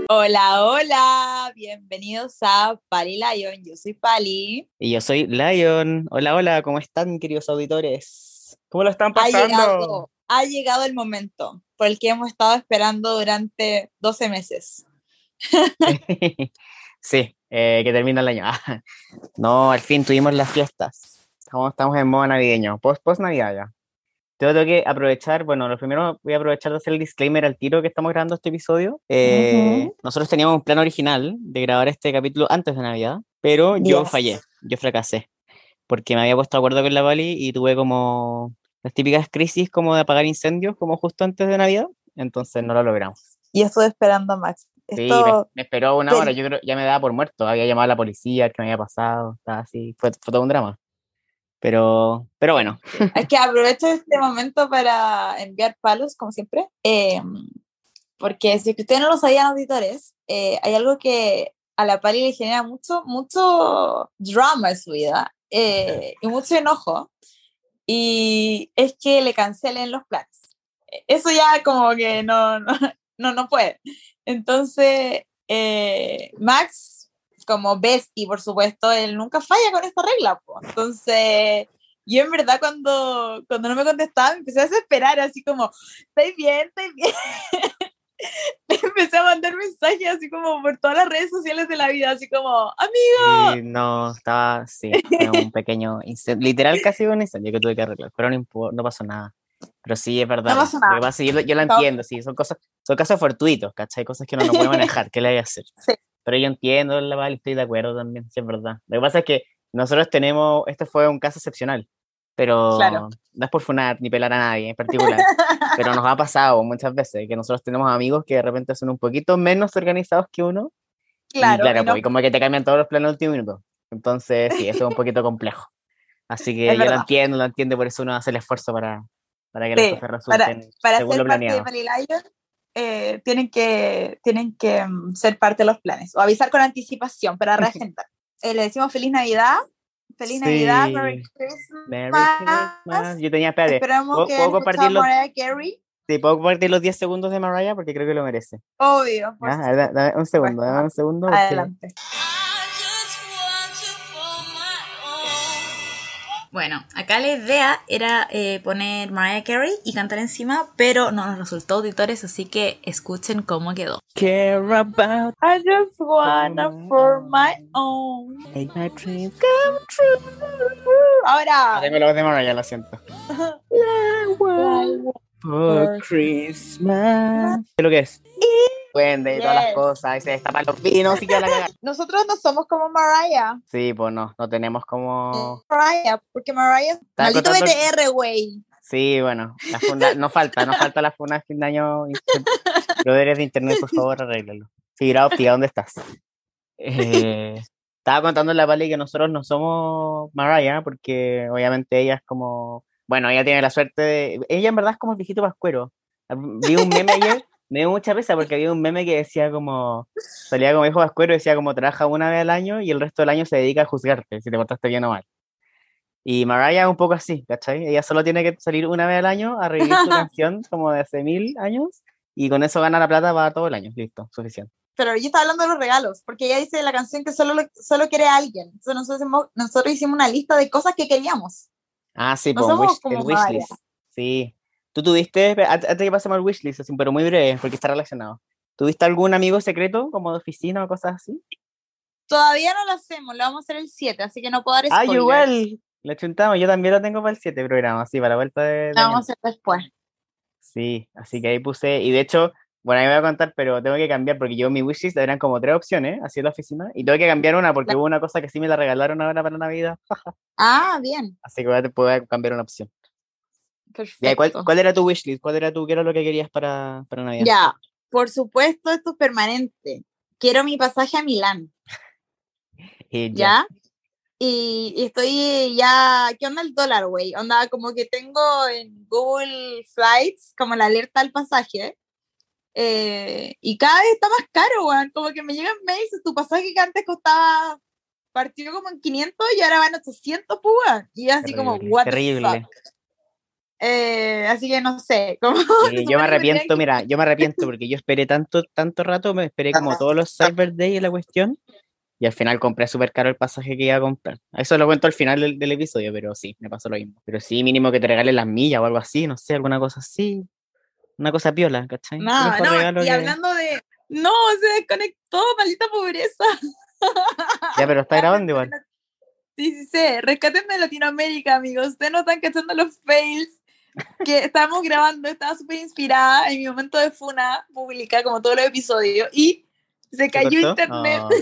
Hola, hola, bienvenidos a Pali Lion, yo soy Pali. Y yo soy Lion. Hola, hola, ¿cómo están, queridos auditores? ¿Cómo lo están Ha pasando? llegado, ha llegado el momento por el que hemos estado esperando durante 12 meses. Sí, que termina el año. No, al fin tuvimos las fiestas. Estamos en modo navideño, post Navidad ya. Tengo que aprovechar, bueno, lo primero voy a aprovechar de hacer el disclaimer al tiro que estamos grabando este episodio. Ujú. Nosotros teníamos un plan original de grabar este capítulo antes de Navidad, pero yo fallé, Yes. yo fracasé, porque me había puesto de acuerdo con la Pali y tuve como las típicas crisis como de apagar incendios, como justo antes de Navidad, entonces no lo logramos. Y estoy esperando a Max. Sí, Esto, me esperó una hora, te- yo creo ya me daba por muerto, había llamado a la policía, que me había pasado, estaba así, fue todo un drama, pero bueno. es que aprovecho este momento para enviar palos, como siempre, porque si es que ustedes no lo sabían, auditores, hay algo que a la Pali le genera mucho, mucho drama en su vida y mucho enojo. Y es que le cancelen los planes. Eso ya como que no puede. Entonces, Max, como bestie, por supuesto, él nunca falla con esta regla, po. Entonces, yo en verdad cuando no me contestaba me empecé a desesperar, así como, ¿estáis bien? ¿Estáis bien? Empecé a mandar mensajes así como por todas las redes sociales de la vida, así como, amigo. Y no, estaba, sí, fue un pequeño incendio, literal casi un incendio que tuve que arreglar, pero no pasó nada. Pero sí, es No verdad. pasa Lo que nada. pasa es que yo la entiendo, sí, son casos fortuitos, ¿cachai? Cosas que uno no puede manejar, ¿qué le hay a hacer? Sí, Pero yo entiendo la Vale, estoy de acuerdo también, sí, es verdad. Lo que pasa es que nosotros tenemos, este fue un caso excepcional, claro. pero no es por funar ni pelar a nadie en particular, pero nos ha pasado muchas veces que nosotros tenemos amigos que de repente son un poquito menos organizados que uno y Claro, y claro, no, pues, y como que te cambian todos los planes al último minuto. Entonces, sí, eso es un poquito complejo. Así es que yo verdad. lo entiendo, por eso uno hace el esfuerzo para que las Sí, cosas resulten para según ser lo parte de planeado. Pali Lion, tienen que ser parte de los planes o avisar con anticipación para reagendar. Le decimos Feliz Navidad, Merry Sí, Merry Christmas. Christmas. Yo tenía, espérate, Esperamos que hayan ¿puedo escuchado compartir los, Mariah Carey. sí, puedo compartir los 10 segundos de Mariah? Porque creo que lo merece. Obvio, por ¿Ya? A ver, dame supuesto. dame un segundo, porque Adelante. Bueno, acá la idea era poner Mariah Carey y cantar encima, pero no nos resultó, auditores, así que escuchen cómo quedó. care about I just for wanna my for my own, own. make my dreams come true. No Ahora. tengo la voz de Mariah, lo siento. I want for Christmas. ¿Qué es lo que es? Duende y todas las Yes. cosas, y se destapan los vinos y queda la cagada. Nosotros no somos como Mariah. Sí, pues no tenemos como. Mariah, porque Mariah. Estaba Maldito contando. BTR, güey. Sí, bueno, no falta la funda de fin de año. Proveedores de internet, por favor, arréglalo. Fibra óptica, ¿dónde estás? Estaba contando la Pali que nosotros no somos Mariah, porque obviamente ella es como. Bueno, ella tiene la suerte de. Ella en verdad es como el viejito pascuero. Vi un meme ayer, me dio mucha pesa porque había un meme que decía como. Salía como viejo pascuero y decía como trabaja una vez al año y el resto del año se dedica a juzgarte si te portaste bien o mal. Y Mariah es un poco así, ¿cachai? Ella solo tiene que salir una vez al año a revivir su canción como de hace 1000 años y con eso gana la plata para todo el año. Listo, suficiente. Pero yo estaba hablando de los regalos, porque ella dice la canción que solo quiere a alguien. Entonces nosotros hicimos una lista de cosas que queríamos. Ah, sí, No pues somos el como Mariah. wishlist. Sí. ¿Tú tuviste, antes que pasemos al wishlist, así, pero muy breve, porque está relacionado. ¿Tuviste algún amigo secreto, como de oficina o cosas así? Todavía no lo hacemos, lo vamos a hacer el 7, así que no puedo dar Ah, yo spoilers. igual. La chuntamos, yo también lo tengo para el 7 programa, sí, para la vuelta de Lo año vamos a nuevo. hacer después. Sí, así que ahí puse, y de hecho, bueno, ahí me voy a contar, pero tengo que cambiar porque yo mi wishlist eran como tres opciones, así en la oficina, y tengo que cambiar una porque hubo una cosa que sí me la regalaron ahora para Navidad, Ah, bien, así que voy a cambiar una opción. Ya, perfecto. cuál era tu wishlist? ¿Qué era lo que querías para Navidad? Ya, por supuesto, esto es permanente. Quiero mi pasaje a Milán, Y ya. ¿ya? Y estoy ya, ¿qué onda el dólar, güey? Onda, como que tengo en Google Flights como la alerta al pasaje, y cada vez está más caro, güey. Como que me llegan mails, tu pasaje que antes costaba, partió como en 500 y ahora van a 800, pues, güey. Y así como, Terrible, what the fuck. terrible. Así que no sé, como Sí, yo me arrepiento, mira, yo me arrepiento porque yo esperé tanto rato, me esperé como todos los Cyber Day y la cuestión, y al final compré súper caro el pasaje que iba a comprar. Eso lo cuento al final del episodio, pero sí, me pasó lo mismo. Pero sí, mínimo que te regalen las millas o algo así, no sé, alguna cosa así, una cosa piola, ¿cachai? No, Mejor regalo y que... hablando de... No, se desconectó, maldita pobreza. Ya, pero está grabando igual. Sí, sí, sí, rescaten de Latinoamérica, amigos. Ustedes no están cachando los fails que estábamos grabando. Estaba súper inspirada en mi momento de funa pública, como todos los episodios, y se cayó cortó? internet. Oh,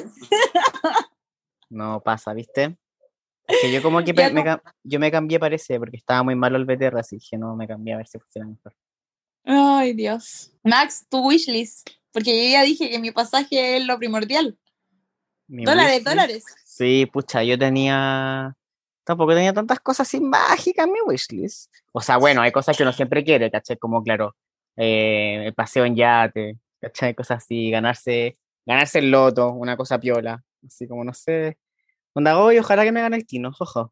no pasa, ¿viste? Es que yo como que Ya yo me cambié, parece, porque estaba muy malo el BTR, así que no me cambié a ver si funciona mejor. Ay, Dios. Max, tu wishlist. Porque yo ya dije que mi pasaje es lo primordial. Mi Dólares, wishlist. dólares. Sí, pucha, yo tenía. Tampoco tenía tantas cosas así mágicas en mi wishlist. O sea, bueno, hay cosas que uno siempre quiere, ¿cachai? Como, claro, el paseo en yate, ¿cachai? Cosas así, ganarse el loto, una cosa piola. Así como, no sé. Onda, hoy ojalá que me gane el Kino, jojo.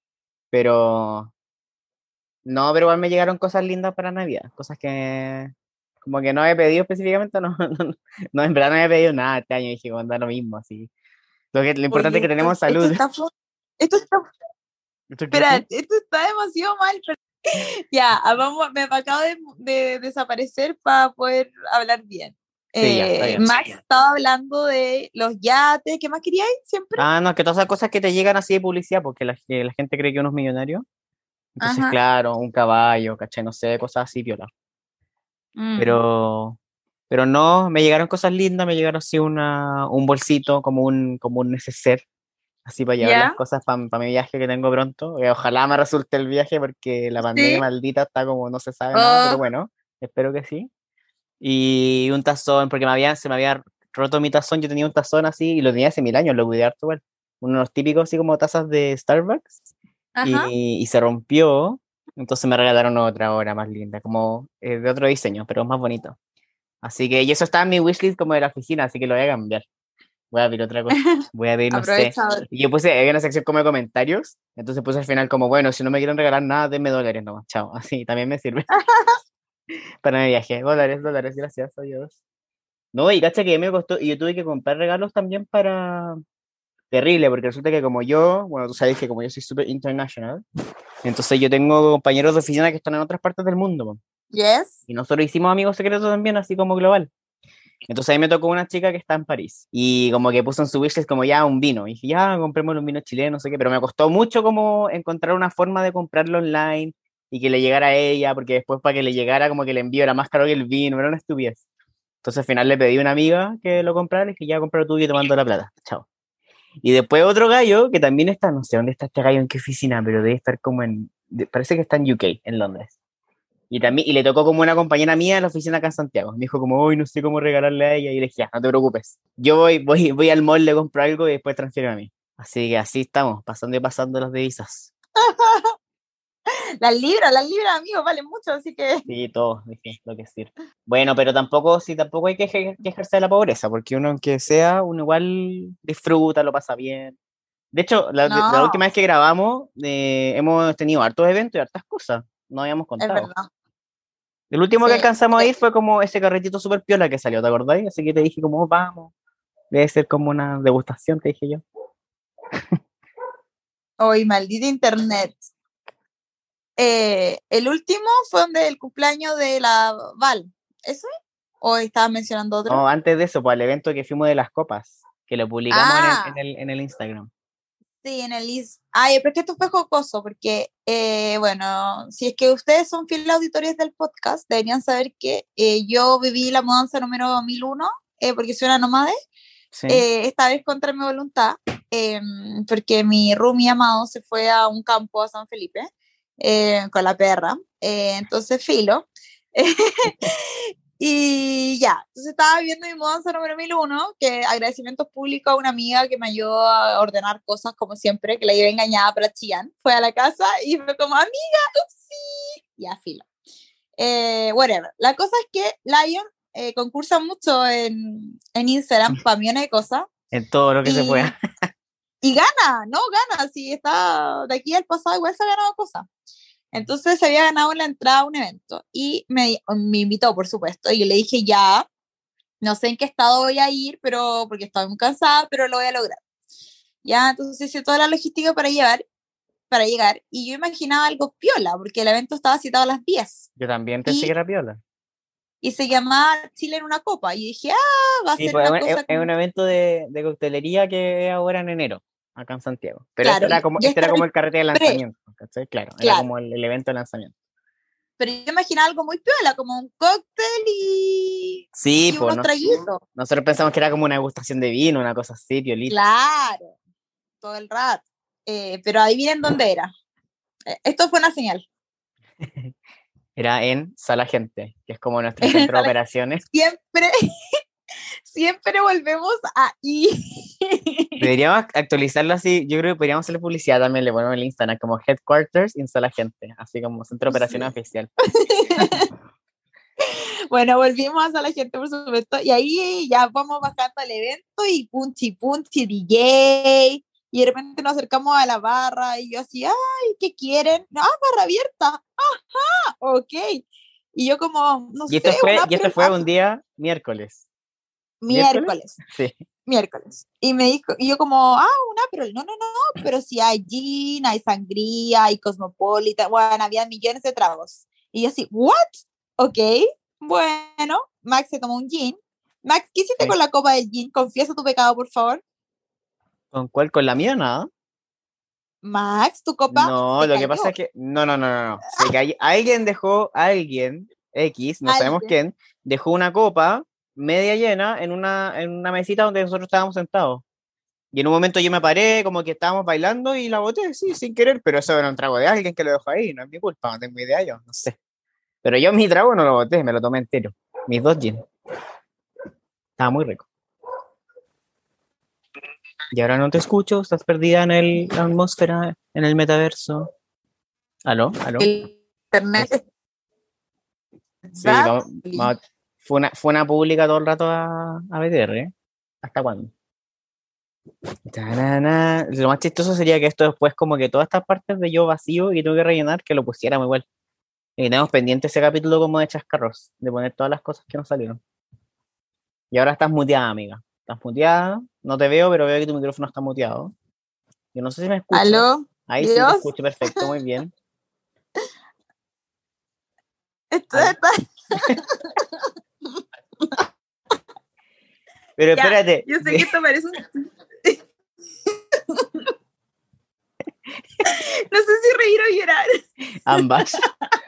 Pero. No, pero igual me llegaron cosas lindas para Navidad. Cosas que. Como que no he pedido específicamente, no, no, en verdad no he pedido nada este año. Dije, da lo mismo, así. Lo importante es Oye, que tenemos esto salud. está... Esto está... ¿Esto qué Espera, fue? esto está demasiado mal. Ya, vamos, me acabo de desaparecer para poder hablar bien. Sí, ya, está bien. Max estaba hablando de los yates. ¿Qué más queríais siempre? Ah, no, que todas esas cosas que te llegan así de publicidad, porque que la gente cree que uno es millonario. Entonces, Ajá. claro, un caballo, caché, no sé, cosas así, viola. Mm. Pero, pero no, me llegaron cosas lindas, me llegaron así un bolsito, como un neceser, así para llevar las ¿Ya? cosas para mi viaje que tengo pronto. Ojalá me resulte el viaje porque la pandemia Sí. maldita está como no se sabe nada, pero Oh, bueno, espero que sí. Y un tazón, porque se me había roto mi tazón, yo tenía un tazón así y lo tenía hace 1000 años, lo cuidé harto igual. Uno de los típicos así como tazas de Starbucks ajá. y se rompió, entonces me regalaron otra ahora más linda, como de otro diseño, pero más bonito. Así que, y eso está en mi wishlist como de la oficina, así que lo voy a cambiar. Voy a pedir otra cosa. Voy a pedir, no sé. Aprovechador. Y yo puse, había una sección como de comentarios, entonces puse al final como, bueno, si no me quieren regalar nada, denme dólares nomás, chao. Así también me sirve para mi viaje. Dólares, dólares, gracias, adiós. No, y cacha que me costó, y yo tuve que comprar regalos también para... Terrible, porque resulta que como yo, bueno, tú sabes que como yo soy súper international, entonces yo tengo compañeros de oficina que están en otras partes del mundo, po. Yes. Y nosotros hicimos amigos secretos también, así como global. Entonces ahí me tocó una chica que está en París, y como que puso en su wishlist como ya un vino, y dije, ya, compremos un vino chileno, no sé qué, pero me costó mucho como encontrar una forma de comprarlo online, y que le llegara a ella, porque después para que le llegara como que el envío era más caro que el vino, era una estupidez. Entonces al final le pedí a una amiga que lo comprara, y dije, ya, compra tú y yo te mando la plata, chao. Y después otro gallo que también está, no sé dónde está este gallo, en qué oficina, pero debe estar como parece que está en UK, en Londres. Y también, y le tocó como una compañera mía en la oficina acá en Santiago. Me dijo como, hoy no sé cómo regalarle a ella. Y le dije, ya, no te preocupes. Yo voy al mall, le compro algo y después transfiero a mí. Así que así estamos, pasando y pasando las divisas. Las libras, amigos, valen mucho, así que... Sí, todo, dije, lo que sirve. Bueno, pero tampoco, sí, tampoco hay que quejarse de la pobreza, porque uno, aunque sea, uno igual disfruta, lo pasa bien. De hecho, la No, última vez que grabamos, hemos tenido hartos eventos y hartas cosas. No habíamos es contado. verdad. El último que Sí. alcanzamos a ir fue como ese carretito súper piola que salió, ¿te acordáis? Así que te dije como, vamos, debe ser como una degustación, te dije yo. Hoy, maldito internet. El último fue donde el cumpleaños de la Val. ¿Eso? ¿O estabas mencionando otro? No, antes de eso, pues el evento que fuimos de las copas, que lo publicamos Ah, en el Instagram. sí, en el list. Ay, pero es que esto fue jocoso, porque, bueno, si es que ustedes son fieles auditores del podcast, deberían saber que yo viví la mudanza número 1001, porque soy una nómade, Sí. esta vez contra mi voluntad, porque mi roomie amado se fue a un campo a San Felipe con la perra, entonces filo. Y ya, entonces estaba viendo mi mudanza número 1001, que agradecimientos públicos a una amiga que me ayudó a ordenar cosas como siempre, que la llevé engañada para Chillán. Fue a la casa y fue como, amiga, upsí, ya, filo. Whatever. La cosa es que Lion concursa mucho en Instagram para millones de cosas En todo lo que se y, pueda. y gana, ¿no? Gana, si está de aquí al pasado igual se ha ganado cosas. Entonces se había ganado la entrada a un evento y me invitó, por supuesto, y yo le dije, ya, no sé en qué estado voy a ir, pero porque estoy muy cansada, pero lo voy a lograr. Ya, entonces hice toda la logística para llegar, y yo imaginaba algo piola, porque el evento estaba citado a las 10, Yo también pensé que y, era piola. y se llamaba Chile en una copa, y dije, ah, va a Sí, ser pues una cosa es un como, evento de coctelería que es ahora en enero, acá en Santiago. Pero claro, y este este era era como el el carrete de pre, lanzamiento, ¿cachai? Claro, era claro, como el evento de lanzamiento. pero yo imaginaba algo muy piola, como un cóctel Sí, y pues unos traguitos, nosotros pensamos que era como una degustación de vino, una cosa así, piolita. claro, todo el rato. Pero adivinen dónde era. Esto fue una señal. Era en Sala Gente, que es como nuestro centro de operaciones. Siempre, siempre volvemos a I. Deberíamos actualizarlo así, yo creo que podríamos hacerle publicidad también, le ponemos el Instagram como Headquarters en Sala Gente, así como centro de operaciones Sí. oficial. Bueno, volvimos a la gente, por supuesto, y ahí ya vamos bajando al evento y punchi, DJ, y de repente nos acercamos a la barra y yo así, ay, ¿qué quieren? No, barra abierta, ok. Y yo como, no sé, un Y esto Aperol, fue un día miércoles. ¿Miércoles? miércoles. Sí. Miércoles. Y me dijo, y yo como, una, pero no, pero sí hay gin, hay sangría, hay cosmopolita, bueno, había millones de tragos. Y yo así, ¿what? Ok, bueno, Max se tomó un gin. Max, ¿qué hiciste Sí. con la copa del gin? Confiesa tu pecado, por favor. ¿Con cuál? ¿Con la mía? Nada. Max, tu copa No, se lo que pasa cayó. es que. No. Sé que alguien dejó, alguien, X, no sabemos Alguien. quién, dejó una copa media llena en una mesita donde nosotros estábamos sentados. Y en un momento yo me paré, como que estábamos bailando y la boté, sí, sin querer, pero eso era un trago de alguien que lo dejó ahí, no es mi culpa, no tengo idea yo, no sé. Pero yo mi trago no lo boté, me lo tomé entero. Mis dos gin. Estaba muy rico. Y ahora no te escucho, estás perdida en la atmósfera, en el metaverso. ¿Aló? ¿Aló? El internet Sí, está. fue una pública todo el rato a BTR, ¿eh? ¿Hasta cuándo? Tarana. Lo más chistoso sería que esto después, como que todas estas partes de yo vacío y tengo que rellenar, que lo pusiéramos igual. Y tenemos pendiente ese capítulo como de chascarros, de poner todas las cosas que nos salieron. Y ahora estás muteada, amiga. Estás muteada, no te veo, pero veo que tu micrófono está muteado. Yo no sé si me escuchas. ¿Aló? Ahí sí te Dios, escucho perfecto, muy bien. esto Al- está. Pero Ya, espérate, yo sé que esto parece un. No sé si reír o llorar. ambas.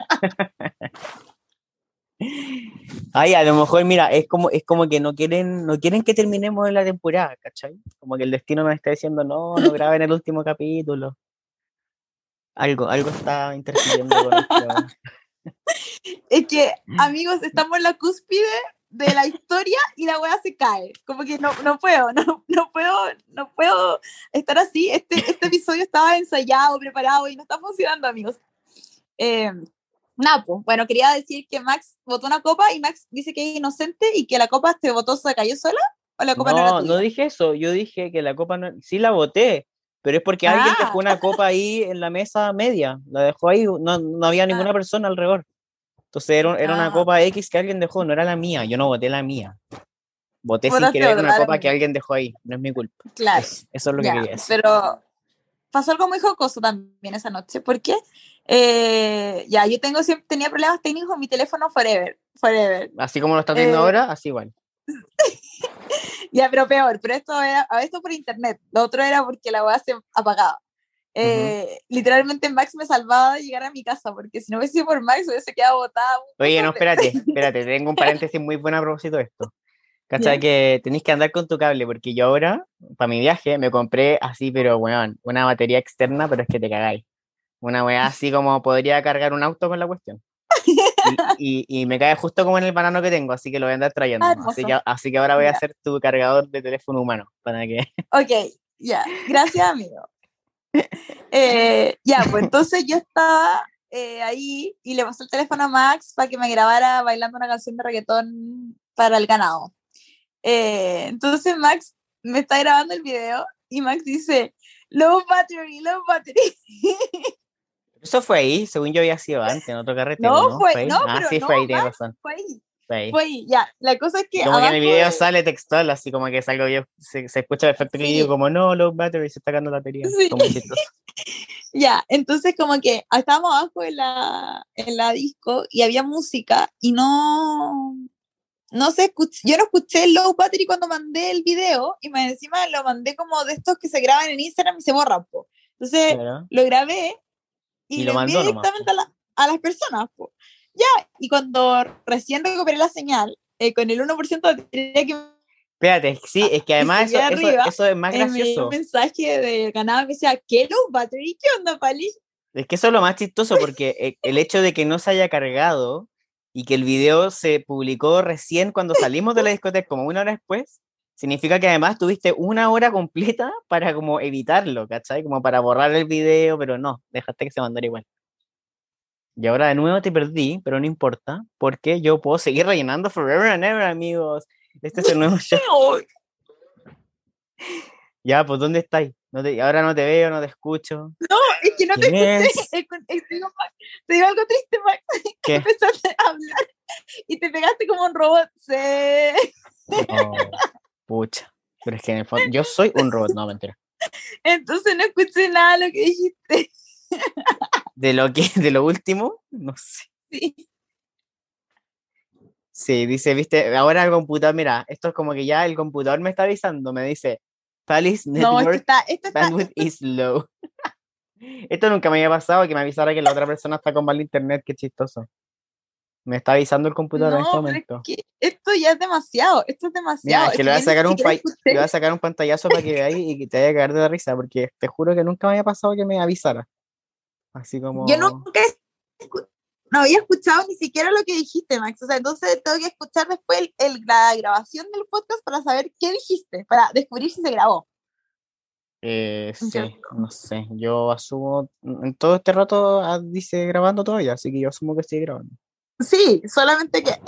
Ay, a lo mejor, mira, es como que no quieren que terminemos la temporada, ¿cachai? Como que el destino nos está diciendo, no graben el último capítulo. Algo está interfiriendo con nuestro. Es que, amigos, estamos en la cúspide de la historia y la weá se cae. Como que no puedo estar así. Este episodio estaba ensayado, preparado y no está funcionando, amigos. Nada, pues, bueno, quería decir que Max botó una copa y Max dice que es inocente y que la copa se botó, se cayó sola, o la copa no era No tuya. dije eso, yo dije que la copa no, sí la boté, pero es porque alguien dejó Ah, una copa ahí en la mesa media, la dejó ahí, no había ah, ninguna persona alrededor. Entonces era una ah, copa X que alguien dejó, no era la mía, yo no boté la mía. Boté sin botaste querer otra, una da lo copa que mismo. alguien dejó ahí, no es mi culpa. Claro, Eso es lo que ya, quería decir. pero pasó algo muy jocoso también esa noche, porque ya, yo tenía problemas técnicos con mi teléfono forever. Así como lo estás viendo Eh, ahora, así igual. ya, pero peor, pero esto por internet, lo otro era porque la weá se apagaba. Ujú. Literalmente Max me salvaba de llegar a mi casa, porque si no hubiese sido por Max hubiese quedado botada Oye, no, muchas veces. espérate, tengo un paréntesis muy bueno a propósito de esto. ¿Cachai? ¿Ya? Que tenéis que andar con tu cable, porque yo ahora, para mi viaje, me compré así, pero weón, una batería externa, pero es que te cagáis. Una weá así como podría cargar un auto con la cuestión. Y me cae justo como en el banano que tengo, así que lo voy a andar Ah, trayendo. hermoso. Así que ahora voy a Ya. ser tu cargador de teléfono humano, para que... Ok, ya. Gracias, amigo. Ya, pues entonces yo estaba ahí y le pasé el teléfono a Max para que me grabara bailando una canción de reggaetón para el ganado. Entonces Max me está grabando el video y Max dice, low battery, low battery. Eso fue ahí, según yo había sido antes, en otro carrete, No, ¿no? fue, ¿Fue ahí? no, Ah, pero sí, no, fue ahí, tienes Max, razón. fue ahí. Fue ahí. Fue ahí, ya. La cosa es Y que como que en el abajo video de... sale textual, así como que salgo yo, se escucha perfecto que yo digo Sí, como, no, low battery, se está cagando la batería. sí. Fue muy chistoso. Ya, entonces como que estábamos abajo en la disco y había música y no sé, yo no escuché el Low Battery cuando mandé el video y más encima lo mandé como de estos que se graban en Instagram y se borran, po. Entonces Claro. lo grabé Y y lo lo envié mandó nomás, directamente po. a las personas, po. Ya, y cuando recién recuperé la señal, con el 1% de batería que Espérate, sí, es que y además seguía arriba, eso es más me dio un gracioso. mensaje de ganado que decía, ¿qué Low Battery? ¿Qué onda, Pali? Es que eso es lo más chistoso porque el hecho de que no se haya cargado y que el video se publicó recién cuando salimos de la discoteca, como una hora después, significa que además tuviste una hora completa para como evitarlo, ¿cachai? Como para borrar el video, pero no, dejaste que se mandara igual. Y ahora de nuevo te perdí, pero no importa, porque yo puedo seguir rellenando Forever and Ever, amigos. Este es el nuevo show. Ya, pues, ¿dónde estáis? Ahora no te veo, no te escucho. No, es que no te ¿Quién escuché. es? Te digo algo triste, Max. ¿Qué? Empezaste a hablar y te pegaste como un robot. Sí. No, pucha. Pero es que en el fondo, yo soy un robot, no, mentira. Entonces no escuché nada de lo que dijiste. De lo que, de lo último, no sé. Sí. Sí, dice, viste, ahora el computador, mira, esto es como que ya el computador me está avisando, me dice, Palis No, Network Bandwidth is low. Esto nunca me había pasado, que me avisara que la otra persona está con mal internet, qué chistoso. Me está avisando el computador en este No, pero es momento. que esto ya es demasiado. Esto es Mira, demasiado. es Es que le que voy a yo ni sacar siquiera le voy escuché. a sacar un pantallazo para que veáis y que te vaya a caer de la risa, porque te juro que nunca me había pasado que me avisara. Así Yo como, nunca no había escuchado ni siquiera lo que dijiste, Max. O sea, entonces tengo que escuchar después la grabación del podcast para saber qué dijiste, para descubrir si se grabó. sí, no sé, yo asumo, en todo este rato dice grabando todavía, así que yo asumo que estoy grabando. Sí, solamente que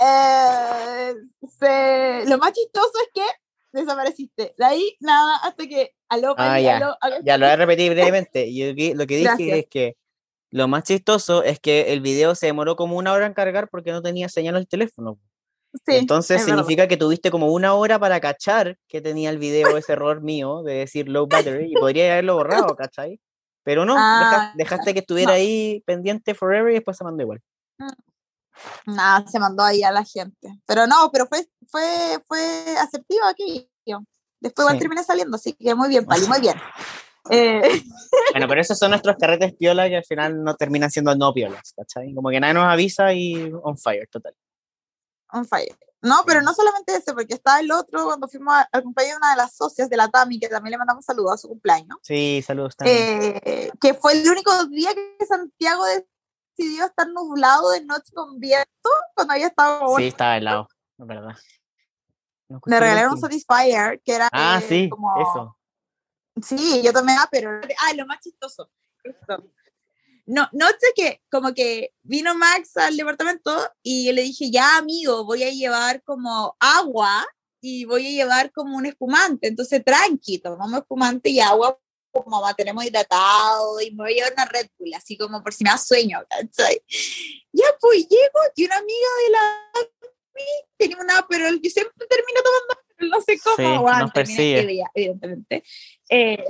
lo más chistoso es que desapareciste. De ahí nada, hasta que aló, Ah, Pali, ya, aló, acá ya lo voy estoy. a repetir brevemente. Lo que dije Gracias. es que lo más chistoso es que el video se demoró como una hora en cargar porque no tenía señal al teléfono. Sí, Entonces es verdad. significa que tuviste como una hora para cachar que tenía el video ese error mío de decir low battery y podría haberlo borrado, ¿cachai? Pero no, Ah, dejaste que estuviera no. ahí pendiente forever y después se mandó igual. Nada, se mandó ahí a la gente. Pero no, pero fue asertivo aquí. Después igual Sí. terminé saliendo, así que muy bien, Pali, muy bien. Eh, Bueno, pero esos son nuestros carretes piola que al final no terminan siendo no piolas, ¿cachai? Como que nadie nos avisa y on fire, total. on fire. No, pero Sí, no solamente ese, porque estaba el otro cuando fuimos al cumpleaños de una de las socias de la Tami, que también le mandamos saludos a su cumpleaños, sí, saludos también. que fue el único día que Santiago decidió estar nublado de noche con viento cuando había estado Sí, bueno. estaba helado, es verdad. No Me escuché lo regalaron un último. Satisfyer que era Ah, sí, como, eso. sí, yo tomé, pero, lo más chistoso, esto. No, noche que como que vino Max al departamento y yo le dije, ya amigo, voy a llevar como agua y voy a llevar como un espumante, entonces tranqui, tomamos espumante y agua como mantenemos hidratado y me voy a llevar una Red Bull, así como por si me da sueño, ¿cachai? Ya pues llego y una amiga de la tenía una, pero yo siempre termino tomando, pero no sé cómo, Sí, bueno, nos terminé persigue. ebria, evidentemente. Eh,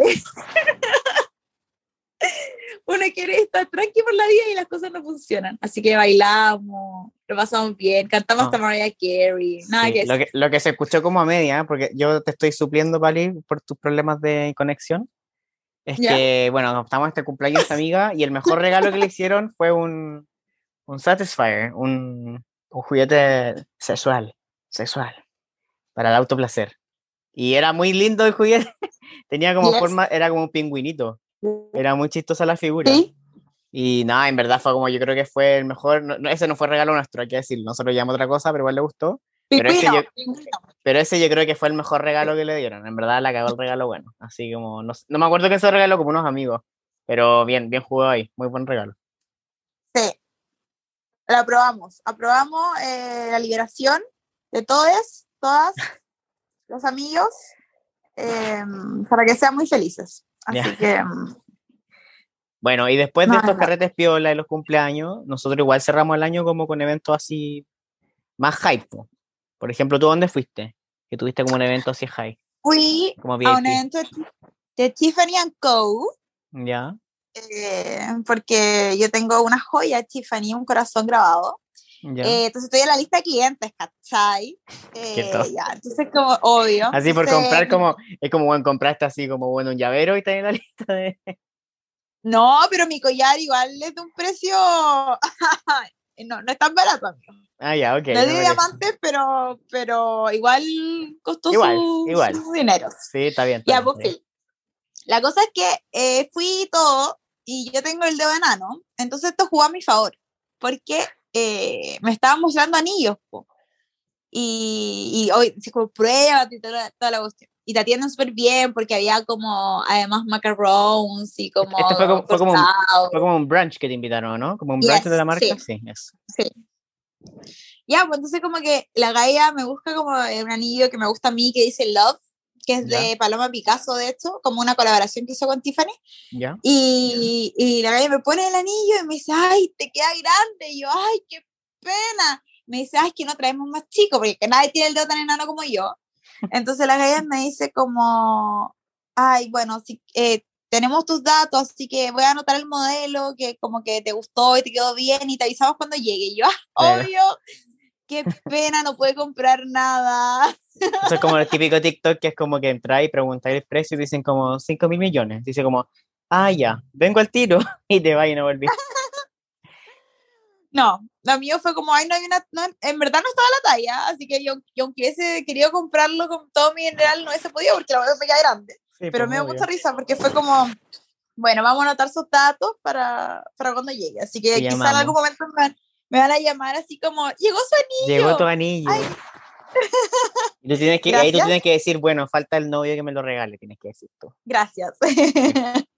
uno quiere estar tranqui por la vida y las cosas no funcionan. Así que bailamos, lo pasamos bien, cantamos hasta No, Mariah Carey, nada sí, que decir. lo que se escuchó como a media, porque yo te estoy supliendo, Pali, por tus problemas de conexión, es ¿Ya? que, bueno, estamos en este cumpleaños de esta amiga y el mejor regalo que le hicieron fue un Satisfyer, un juguete sexual, para el autoplacer. Y era muy lindo el juguete, tenía como Yes. forma, era como un pingüinito, era muy chistosa la figura. Sí. Y nada, en verdad fue como yo creo que fue el mejor, ese no fue regalo nuestro, hay que decirlo, nosotros llamamos otra cosa, pero igual le gustó. Pero Pingüino, pingüino. pero ese yo creo que fue el mejor regalo que le dieron, en verdad la cagó el regalo bueno, así como, no me acuerdo que se regaló como unos amigos, pero bien, bien jugado ahí, muy buen regalo. Sí, la aprobamos la liberación de todos, todas los amigos para que sean muy felices. Ya, Así que Bueno, y después de No, estos no. carretes piola y los cumpleaños, nosotros igual cerramos el año como con eventos así más hype, po. Por ejemplo, ¿tú dónde fuiste? Que tuviste como un evento así hype, Fui como a un VIP. evento de Tiffany Co. ¿Ya? Porque yo tengo una joya Tiffany, un corazón grabado. ¿Ya? Entonces estoy en la lista de clientes, ¿cachai? Qué top. Ya, entonces como obvio. Así por Entonces, comprar como, es como bueno, compraste así como bueno un llavero y está en la lista de... no, pero mi collar igual es de un precio, no es tan barato, amigo. Ah, ya, ok, No es no de me quedé. diamantes, pero igual costó Igual. su dinero. Sí, está bien, está Ya, bien, pues está bien. sí. La cosa es que fui todo y yo tengo el dedo enano, entonces esto jugó a mi favor, porque me estaban mostrando anillos, po, y hoy se como prueba y toda la cuestión. Y te atienden súper bien porque había como, además, macarons y Este fue como como, fue cortado. como un brunch que te invitaron, ¿no? Como un brunch de Yes, la marca, sí, sí, eso. sí. Ya, pues entonces como que la Gaia me busca como un anillo que me gusta a mí, que dice Love, que es ¿Ya? de Paloma Picasso, de hecho, como una colaboración que hizo con Tiffany. ¿Ya? Y la Gaia me pone el anillo y me dice, ay, te queda grande. Y yo, ay, qué pena. Me dice, ay, es que no traemos más chico, porque nadie tiene el dedo tan enano como yo. Entonces la Gaia me dice como, ay, bueno, si, tenemos tus datos, así que voy a anotar el modelo, que como que te gustó y te quedó bien y te avisamos cuando llegue. Y yo, ah, Claro. obvio, qué pena, no puede comprar nada. Eso es como el típico TikTok que es como que entras y preguntáis el precio y dicen como 5.000 millones. Dice como, ah, ya, vengo al tiro y te vas y no volví. No, lo mío fue como, ay, no hay una, no, en verdad no estaba la talla, así que yo aunque hubiese querido comprarlo con todo mi general, no hubiese podido porque la hueá me queda grande. Sí, Pero pues me dio mucha obvio. risa porque fue como, bueno, vamos a anotar sus datos para cuando llegue. Así Te que quizá en algún llamamos. momento me van a llamar así como, llegó su Llegó tu anillo. Ay, anillo. Y tú tienes que, y ahí tú gracias, tienes que decir, bueno, falta el novio que me lo regale, tienes que decir tú. gracias. Sí.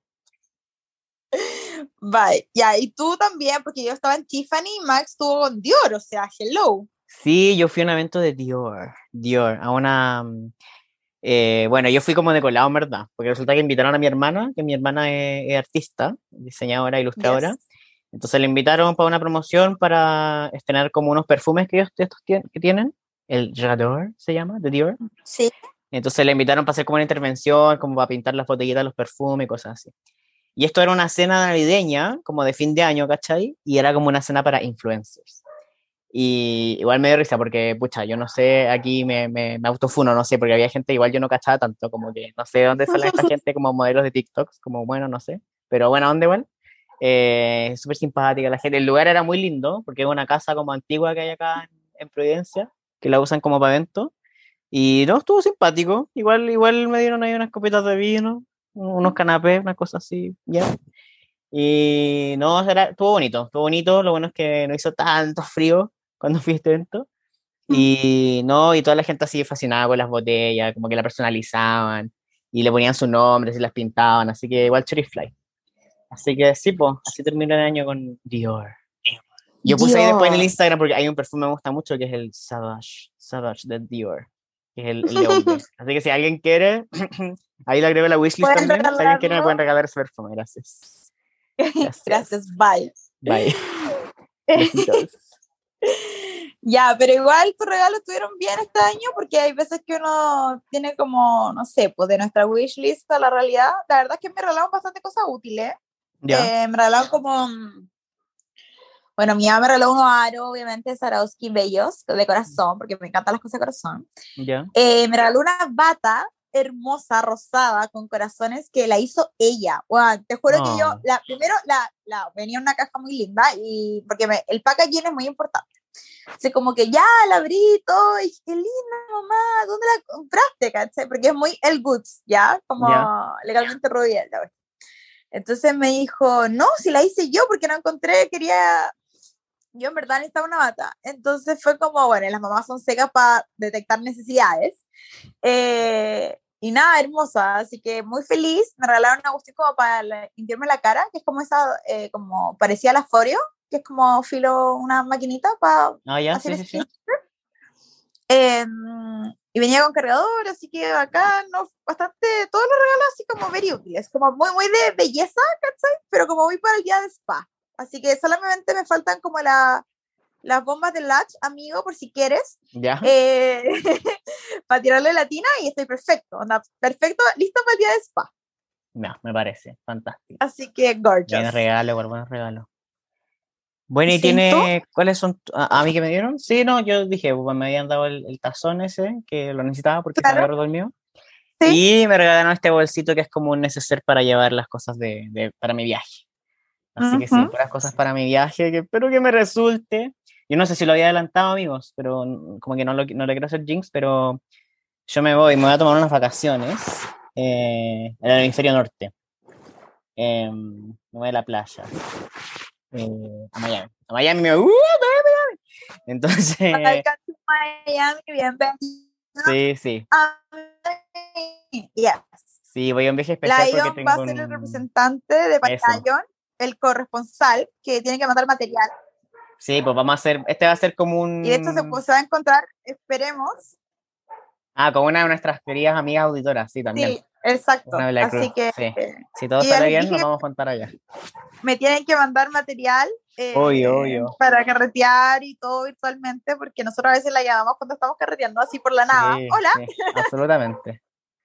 Bye. Ya, y tú también, porque yo estaba en Tiffany y Max estuvo con Dior, o sea, hello. Sí, yo fui a un evento de Dior, a una, bueno, yo fui como de colado, en verdad, porque resulta que invitaron a mi hermana, que mi hermana es artista, diseñadora, ilustradora, Yes. entonces le invitaron para una promoción para estrenar como unos perfumes que ellos estos que tienen, el J'adore se llama, de Dior, Sí. entonces le invitaron para hacer como una intervención, como para pintar las botellitas de los perfumes y cosas así. Y esto era una cena navideña, como de fin de año, ¿cachai? Y era como una cena para influencers. Y igual me dio risa porque, pucha, yo no sé, aquí me autofuno, no sé, porque había gente, igual yo no cachaba tanto, como que no sé de dónde salen esta gente como modelos de TikToks, como bueno, no sé, pero bueno, ¿dónde igual? Súper simpática la gente, el lugar era muy lindo, porque es una casa como antigua que hay acá en Providencia, que la usan como para eventos, y no, estuvo simpático, igual me dieron ahí unas copitas de vino, unos canapés, una cosa así, ya. Y no, estuvo bonito, lo bueno es que no hizo tanto frío cuando fui a este evento. Y no, y toda la gente así fascinada con las botellas, como que la personalizaban y le ponían sus nombres y las pintaban, así que igual Fly. Así que sí, pues, así termina el año con Dior. Yo puse ahí después en el Dios. Instagram porque hay un perfume que me gusta mucho que es el Savage de Dior, que es el de hombre. Así que si alguien quiere, ahí le agrego la wishlist Pueden también. Si alguien quiere, me pueden regalarlo. regalar ese perfume. Gracias. Gracias, Gracias. bye. Bye. Besitos. Ya, pero igual tus regalos estuvieron bien este año porque hay veces que uno tiene como, no sé, pues de nuestra wishlist a la realidad. La verdad es que me regalaron bastante cosas útiles. Ya, Me regalaron como, bueno, mi mamá me regaló unos aros, obviamente, Swarovski bellos, de corazón, porque me encantan las cosas de corazón. ya. Me regaló una bata hermosa, rosada, con corazones que la hizo ella. Wow, te juro que yo, No. primero, venía en una caja muy linda, y porque el packaging es muy importante. Así como que ya la abrí y todo, y qué linda, mamá, ¿dónde la compraste? ¿Cachai? Porque es muy el goods, ¿ya? Como Ya. legalmente rubia. Entonces me dijo, no, si la hice yo, porque no encontré, quería, yo en verdad necesitaba una bata. Entonces fue como, bueno, las mamás son secas para detectar necesidades. Y nada, hermosa, así que muy feliz. Me regalaron una cuestión como para limpiarme la cara, que es como esa, como parecía la Foreo, que es como filo una maquinita para Ah, ya, sí, hacer sí, sí. skin. Eh, y venía con cargador, así que acá no, bastante, todos los regalos así como very útiles, como muy, muy de belleza, ¿cachai? Pero como muy para el día de spa. Así que solamente me faltan como las bombas de Latch, amigo, por si quieres, ¿Ya? para tirarle la tina y estoy perfecto, onda, perfecto, listo para el día de spa. No, me parece fantástico. Así que Buen gorgeous. regalo, buen regalo. Bueno, ¿y ¿Sí, tú? cuáles son, a mí que me dieron? Sí, no, yo dije, pues me habían dado el tazón ese, que lo necesitaba porque se me había Claro, roto el mío. sí. Y me regalaron este bolsito que es como un neceser para llevar las cosas para mi viaje. Así que sí, Uh-huh. puras cosas para mi viaje, que espero que me resulte. Yo no sé si lo había adelantado, amigos, pero como que no le quiero hacer jinx, pero yo me voy a tomar unas vacaciones en el hemisferio norte. Me voy a la playa. A Miami. A Miami Entonces, Welcome to Miami, bienvenido sí, sí. a Miami. Yes. Sí, voy a un viaje especial porque Lion va a tengo ser el un... representante de Eso. Lion, el corresponsal que tiene que mandar material. Sí, pues vamos a hacer... Este va a ser como Y de hecho un... se va a encontrar, esperemos. Ah, como una de nuestras queridas amigas auditoras, sí, también. Sí, exacto. Una de la Cruz, Así que sí. Si todo y ya sale les bien, dije nos que vamos a juntar allá. me tienen que mandar material Obvio, obvio. para carretear y todo virtualmente, porque nosotros a veces la llamamos cuando estamos carreteando así por la nada. Sí, Hola. sí, absolutamente.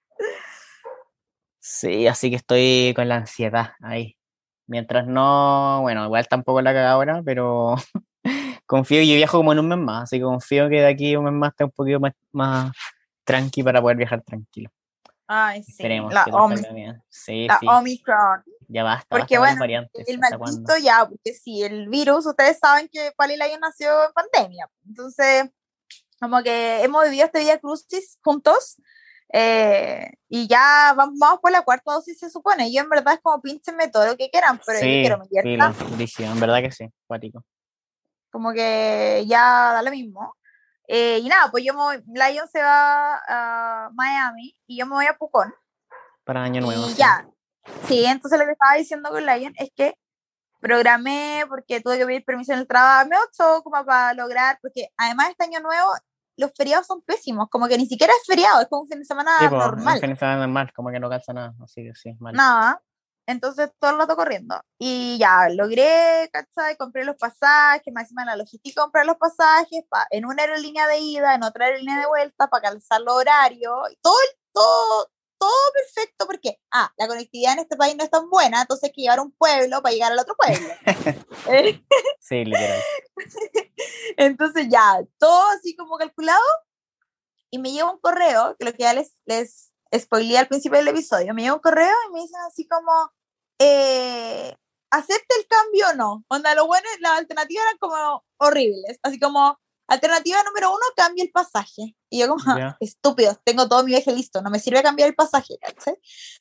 Sí, así que estoy con la ansiedad ahí. Mientras no, bueno, igual tampoco la caga ahora, pero confío, yo viajo como en un mes más, así que confío que de aquí a un mes más esté un poquito más tranqui para poder viajar tranquilo. Ay, sí, Esperemos que todo salga bien. Sí, la sí, Omicron. ya Porque basta con las bueno, variantes. el ¿Hasta cuándo? maldito ya, porque si el virus, ustedes saben que Pali Lion nació en pandemia. Entonces, como que hemos vivido este Vía Crucis juntos. Y ya vamos por la cuarta dosis, se supone. Yo en verdad es como pínchenme todo lo que quieran, pero yo Sí, quiero mi libertad. filo, brígido, en verdad que sí, cuático. Como que ya da lo mismo. Y nada, pues Lion se va a Miami y yo me voy a Pucón. Para Año Nuevo, Y sí. ya, sí, entonces lo que estaba diciendo con Lion es que programé porque tuve que pedir permiso en el trabajo, me optó como para lograr, porque además este año nuevo los feriados son pésimos, como que ni siquiera es feriado, es como un fin de Sí, semana pues, en normal, fin de semana normal, como que no calza nada, así que sí, mal. nada. Entonces todo el rato corriendo. Y ya, logré, ¿cachai? Compré los pasajes, más encima en la logística compré los pasajes en una aerolínea de ida, en otra aerolínea de vuelta, para calzar los horarios, y todo perfecto, porque, la conectividad en este país no es tan buena, entonces hay que llevar un pueblo para llegar al otro pueblo. Sí, literal. Entonces ya, todo así como calculado, y me llega un correo, que lo que ya les spoileé al principio del episodio, me llega un correo y me dicen así como, ¿acepte el cambio o no? Onda, lo bueno, las alternativas eran como horribles, así como, alternativa número 1, cambie el pasaje. Y yo como, Ya. estúpidos, tengo todo mi viaje listo, no me sirve cambiar el pasaje, ¿cachai?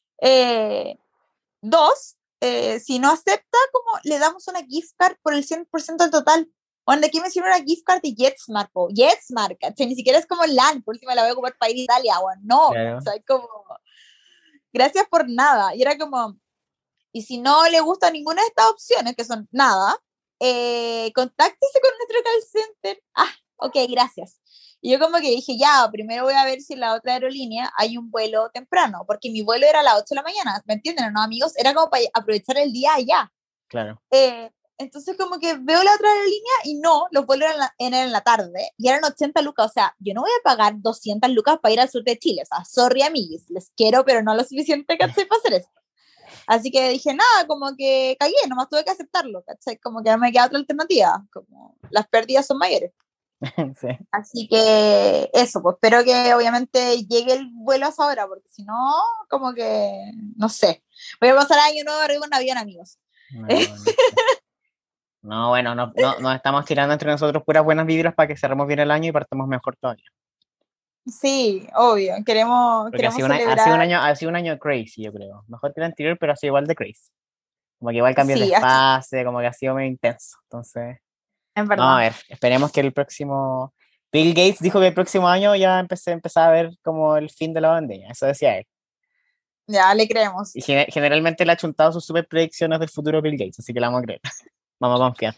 2, si no acepta, como le damos una gift card por el 100% del total. Onda, aquí me sirve una gift card de JetSmart, JetSmart, ¿cachai? Ni siquiera es como LAN, por última la voy a ocupar para ir a Italia, o no, Claro. ¿cachai? Como, gracias por nada. Y era como, y si no le gusta ninguna de estas opciones, que son nada, contáctese con nuestro call center. Ok, gracias. Y yo como que dije, ya, primero voy a ver si en la otra aerolínea hay un vuelo temprano, porque mi vuelo era a las 8 de la mañana, ¿me entienden, no, amigos? Era como para aprovechar el día allá. Claro. Entonces como que veo la otra aerolínea y no, los vuelos eran en la tarde y eran 80 lucas, o sea, yo no voy a pagar 200 lucas para ir al sur de Chile, o sea, sorry amigos, les quiero, pero no lo suficiente, ¿cachai? Para hacer eso. Así que dije, nada, como que cagué, nomás tuve que aceptarlo, ¿cachai? Como que no me queda otra alternativa, como las pérdidas son mayores. Sí. Así que eso, pues espero que obviamente llegue el vuelo a esa hora, porque si no, como que, no sé, voy a pasar año nuevo arriba en un avión, amigos. No, no, bueno, no, nos estamos tirando entre nosotros puras buenas vibras para que cerremos bien el año y partamos mejor todavía. Sí, obvio, Porque queremos celebrar. ha sido un año crazy, yo creo. Mejor que el anterior, pero ha sido igual de crazy. Como que igual cambios de Sí, así, fase, como que ha sido medio intenso. Entonces, en vamos a verdad. ver, esperemos que el próximo... Bill Gates dijo que el próximo año ya empezaba a ver como el fin de la pandemia, eso decía él. Ya le creemos. Y generalmente le ha chuntado sus super predicciones del futuro Bill Gates, así que la vamos a creer. Vamos a confiar.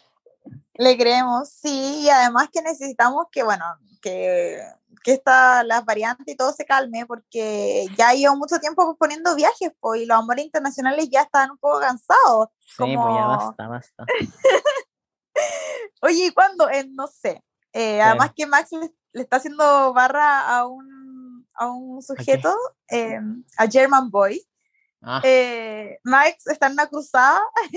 Le creemos, sí, y además que necesitamos que, bueno, que las variantes y todo se calme, porque ya llevo mucho tiempo posponiendo viajes, pues, y los amores internacionales ya están un poco cansados, Sí, pues ya como, basta. oye, ¿y cuándo? No sé. Además ¿Qué? que Max le está haciendo barra a un ¿A qué? sujeto, a German Boy. Ah, Max está en una cruzada.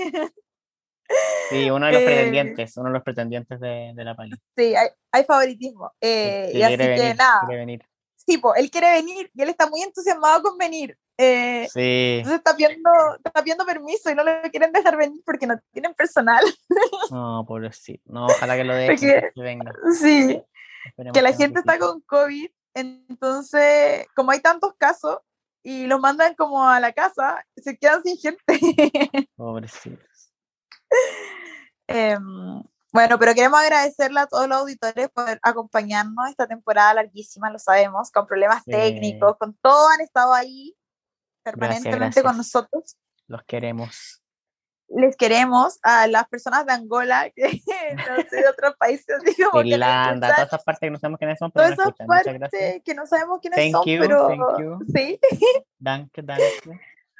sí, eh, uno de los pretendientes de la pali. sí, hay favoritismo. Que Y así que nada, quiere venir. sí, po, él quiere venir y él está muy entusiasmado con venir. Sí, Entonces está pidiendo permiso y no lo quieren dejar venir porque no tienen personal. no, pobrecito. No, ojalá que lo dejen, Porque, que venga. sí, que Esperemos la que no gente está repita. con COVID, entonces, como hay tantos casos y los mandan como a la casa, se quedan sin gente. Pobrecitos. Eh, bueno, pero queremos agradecerle a todos los auditores por acompañarnos esta temporada larguísima, lo sabemos, con problemas Sí, técnicos, con todo han estado ahí permanentemente con gracias. nosotros. Los queremos. Les queremos a las personas de Angola, que no sé, de otros países, De digamos que nos Irlanda, escuchan, todas esas partes que no sabemos quiénes son, pero todas nos esas escuchan. Muchas gracias. partes que no sabemos quiénes son, pero Thank you. sí. Danke.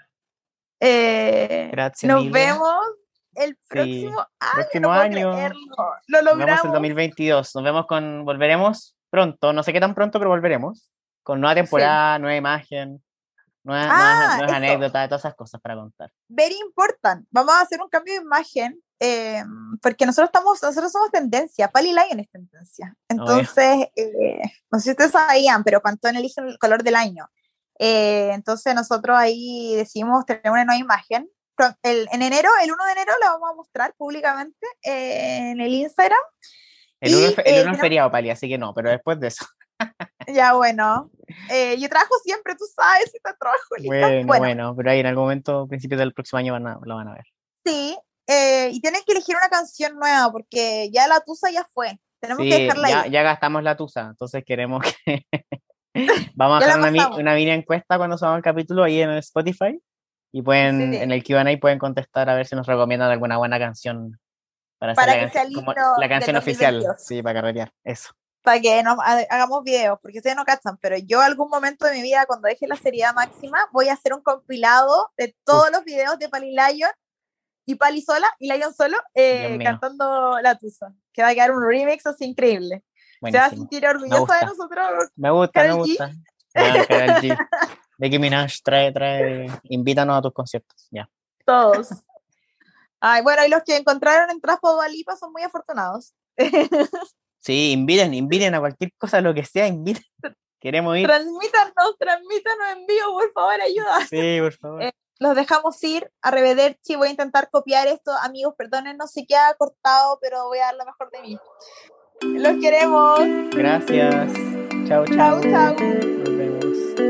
Grazie Nos mille. vemos el Sí, próximo año, no próximo puedo año. creerlo, lo Nos vemos el logramos. 2022. Volveremos pronto, no sé qué tan pronto, pero volveremos. Con nueva Sí. temporada, nueva imagen, nuevas Eso, anécdotas, todas esas cosas para contar. very important. Vamos a hacer un cambio de imagen porque nosotros somos tendencia. Pali Lion es tendencia. Obvio. Entonces, no sé si ustedes sabían, pero Pantone elige el color del año. Entonces nosotros ahí decidimos tener una nueva imagen. En enero, el 1 de enero la vamos a mostrar públicamente en el Instagram. Y El uno es tenemos, feriado, Pali, así que no, pero después de eso. ya bueno, yo trabajo siempre, tú sabes, si te trabajo lista. Bueno, Bueno, pero ahí en algún momento, principios del próximo año, lo van a ver. sí, y tienes que elegir una canción nueva porque ya la tusa ya fue. Tenemos que Sí, dejarla ir. ya gastamos la tusa, entonces queremos que vamos a Ya dejar la pasamos. una mini encuesta cuando subamos el capítulo ahí en el Spotify y en Sí, el Q&A pueden contestar a ver si nos recomiendan alguna buena canción para hacer para que sea el como himno la del canción oficial, 2022. sí, para carretear, eso. Para que hagamos videos, porque ustedes no cachan, pero yo algún momento de mi vida, cuando deje la seriedad máxima, voy a hacer un compilado de Uf, todos los videos de Pali Lion y Pali sola y Lion solo Dios mío, cantando la tusa. Que va a quedar un remix así increíble. Se va a buenísimo. sentir Me orgullosa de gusta, nosotros, me Karol G. gusta. Bueno, Karol G. Nicki Minaj, invítanos a tus conciertos, ya. Todos. Ay, bueno, y los que encontraron en Traspo Dualipa son muy afortunados. Sí, inviten a cualquier cosa, lo que sea, inviten. Queremos ir. Transmítanos en vivo, por favor, ayuda. Sí, por favor. Los dejamos ir a Revederci. Voy a intentar copiar esto. Amigos, perdonen, no sé qué ha cortado, pero voy a dar lo mejor de mí. Los queremos. Gracias. Chao, Chau, chao. chau. Nos vemos.